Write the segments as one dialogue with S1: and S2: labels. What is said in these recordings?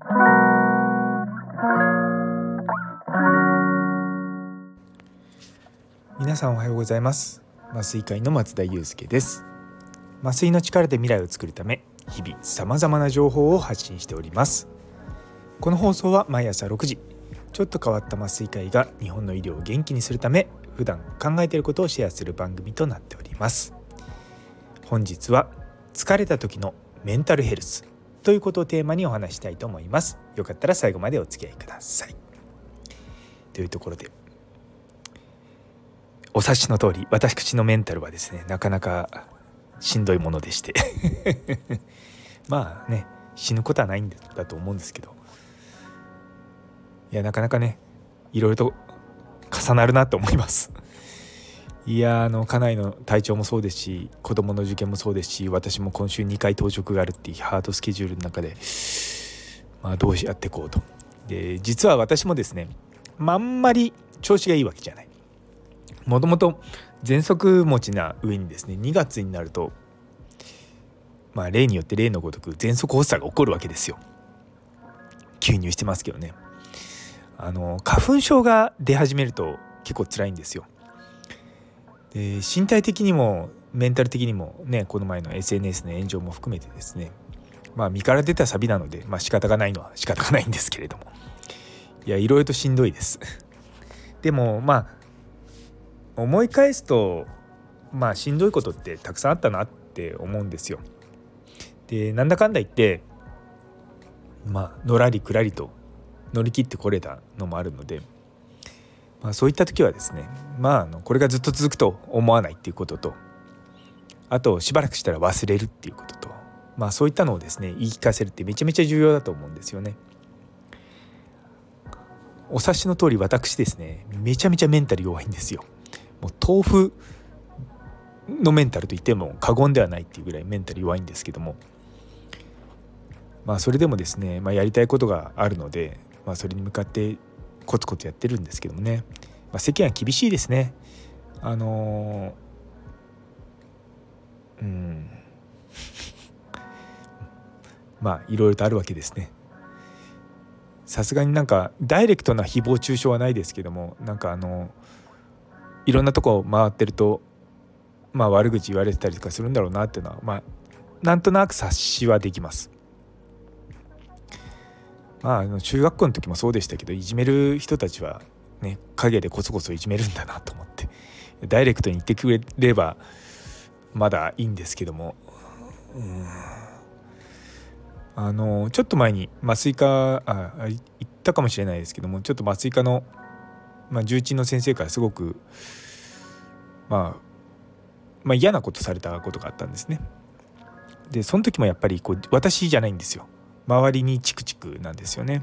S1: 皆さんおはようございます。麻酔科医の松田祐介です。麻酔の力で未来を作るため、日々さまざまな情報を発信しております。この放送は毎朝6時、ちょっと変わった麻酔科医が日本の医療を元気にするため、普段考えていることをシェアする番組となっております。本日は疲れた時のメンタルヘルスということをテーマにお話したいと思います。よかったら最後までお付き合いください。というところで、お察しの通り、私のメンタルはですね、なかなかしんどいものでしてまあね、死ぬことはないんだと思うんですけど、いやなかなかね、いろいろと重なるなと思います。いや家内の体調もそうですし、子供の受験もそうですし、私も今週2回当直があるっていうハードスケジュールの中で、どうやっていこうと。で、実は私もですね、あんまり調子がいいわけじゃない。もともと喘息持ちな上にですね、2月になると例によって例のごとく喘息発作が起こるわけですよ。吸入してますけどね、花粉症が出始めると結構辛いんですよ。で、身体的にもメンタル的にもね、この前の SNS の炎上も含めてですね、身から出たサビなので、仕方がないのは仕方がないんですけれども、いろいろとしんどいですでも思い返すとしんどいことってたくさんあったなって思うんですよ。で、なんだかんだ言ってのらりくらりと乗り切ってこれたのもあるので、そういった時はですね、これがずっと続くと思わないっていうことと、あとしばらくしたら忘れるっていうことと、そういったのをですね言い聞かせるってめちゃめちゃ重要だと思うんですよね。お察しの通り、私ですね、めちゃめちゃメンタル弱いんですよ。もう豆腐のメンタルと言っても過言ではないっていうぐらいメンタル弱いんですけども、それでもですね、やりたいことがあるので、それに向かってコツコツやってるんですけどもね、世間は厳しいですね。いろいろとあるわけですね。さすがにダイレクトな誹謗中傷はないですけども、いろんなとこ回ってると悪口言われてたりとかするんだろうなっていうのはなんとなく察しはできます。中学校の時もそうでしたけど、いじめる人たちはね、陰でコソコソいじめるんだなと思って、ダイレクトに言ってくれればまだいいんですけども、ちょっと前に麻酔科言ったかもしれないですけども、ちょっと麻酔科の、重鎮の先生からすごく嫌なことされたことがあったんですね。で、その時もやっぱり私じゃないんですよ、周りにチクチクなんですよね。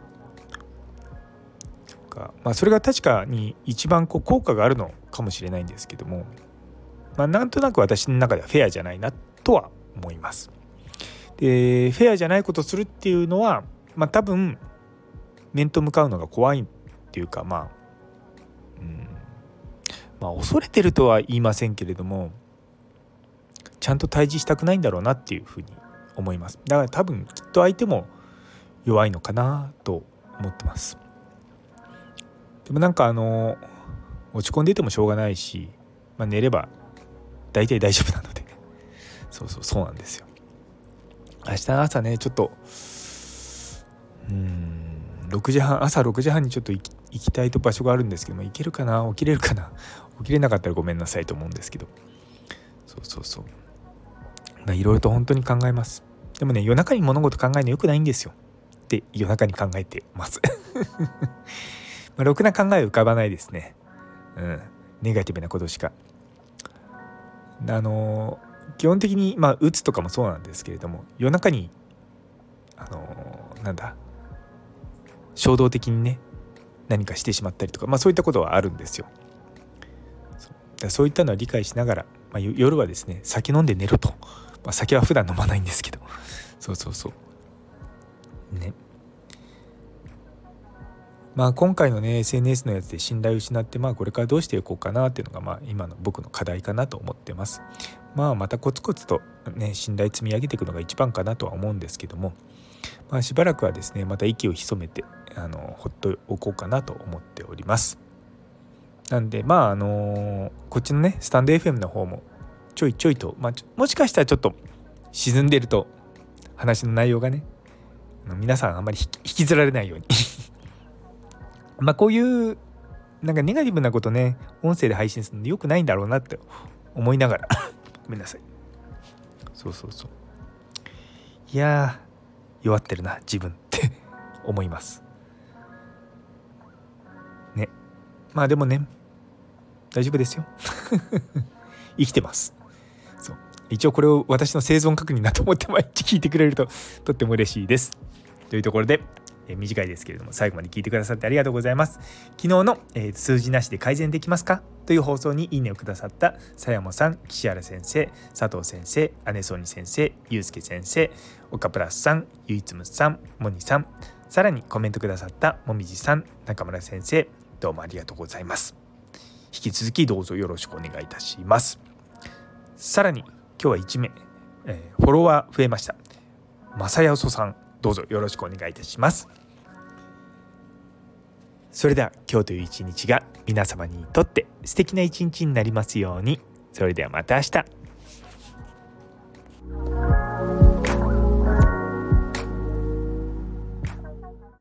S1: それが確かに一番効果があるのかもしれないんですけども、なんとなく私の中ではフェアじゃないなとは思います。で、フェアじゃないことをするっていうのは、多分面と向かうのが怖いっていうか、恐れてるとは言いませんけれども、ちゃんと対峙したくないんだろうなっていうふうに思います。だから多分きっと相手も弱いのかなと思ってます。でも落ち込んでいてもしょうがないし、寝れば大体大丈夫なので、そうなんですよ。明日の朝ね、ちょっと朝6時半にちょっと行きたい場所があるんですけども、行けるかな、起きれるかな、起きれなかったらごめんなさいと思うんですけど、いろいろと本当に考えます。でもね、夜中に物事考えるのよくないんですよ。で、夜中に考えてますろくな考え浮かばないですね。ネガティブなことしか。基本的にうつとかもそうなんですけれども、夜中に衝動的にね、何かしてしまったりとか、そういったことはあるんですよ。そういったのは理解しながら、夜はですね、酒飲んで寝ると。酒は普段飲まないんですけど、ね。今回のね SNS のやつで信頼を失って、これからどうしていこうかなっていうのが、今の僕の課題かなと思ってます。またコツコツとね信頼積み上げていくのが一番かなとは思うんですけども、 しばらくはですねまた息を潜めてほっとおこうかなと思っております。なんでこっちのねスタンド FM の方もちょいちょいと、もしかしたらちょっと沈んでると話の内容がね皆さんあんまり引きずられないようにこういうなんかネガティブなことね音声で配信するの良くないんだろうなって思いながらごめんなさい。そういや弱ってるな自分って思いますね。でもね大丈夫ですよ生きてます。そう一応これを私の生存確認だと思って毎日聞いてくれるととっても嬉しいです。というところで短いですけれども最後まで聞いてくださってありがとうございます。昨日の、数字なしで改善できますかという放送にいいねをくださったさやもさん、岸原先生、佐藤先生、姉ソニ先生、ゆうすけ先生、岡プラスさん、ゆいつむさん、もにさん、さらにコメントくださったもみじさん、中村先生、どうもありがとうございます。引き続きどうぞよろしくお願いいたします。さらに今日は1名、フォロワー増えました。まさやそさん、どうぞよろしくお願いいたします。それでは今日という一日が皆様にとって素敵な一日になりますように。それではまた明日。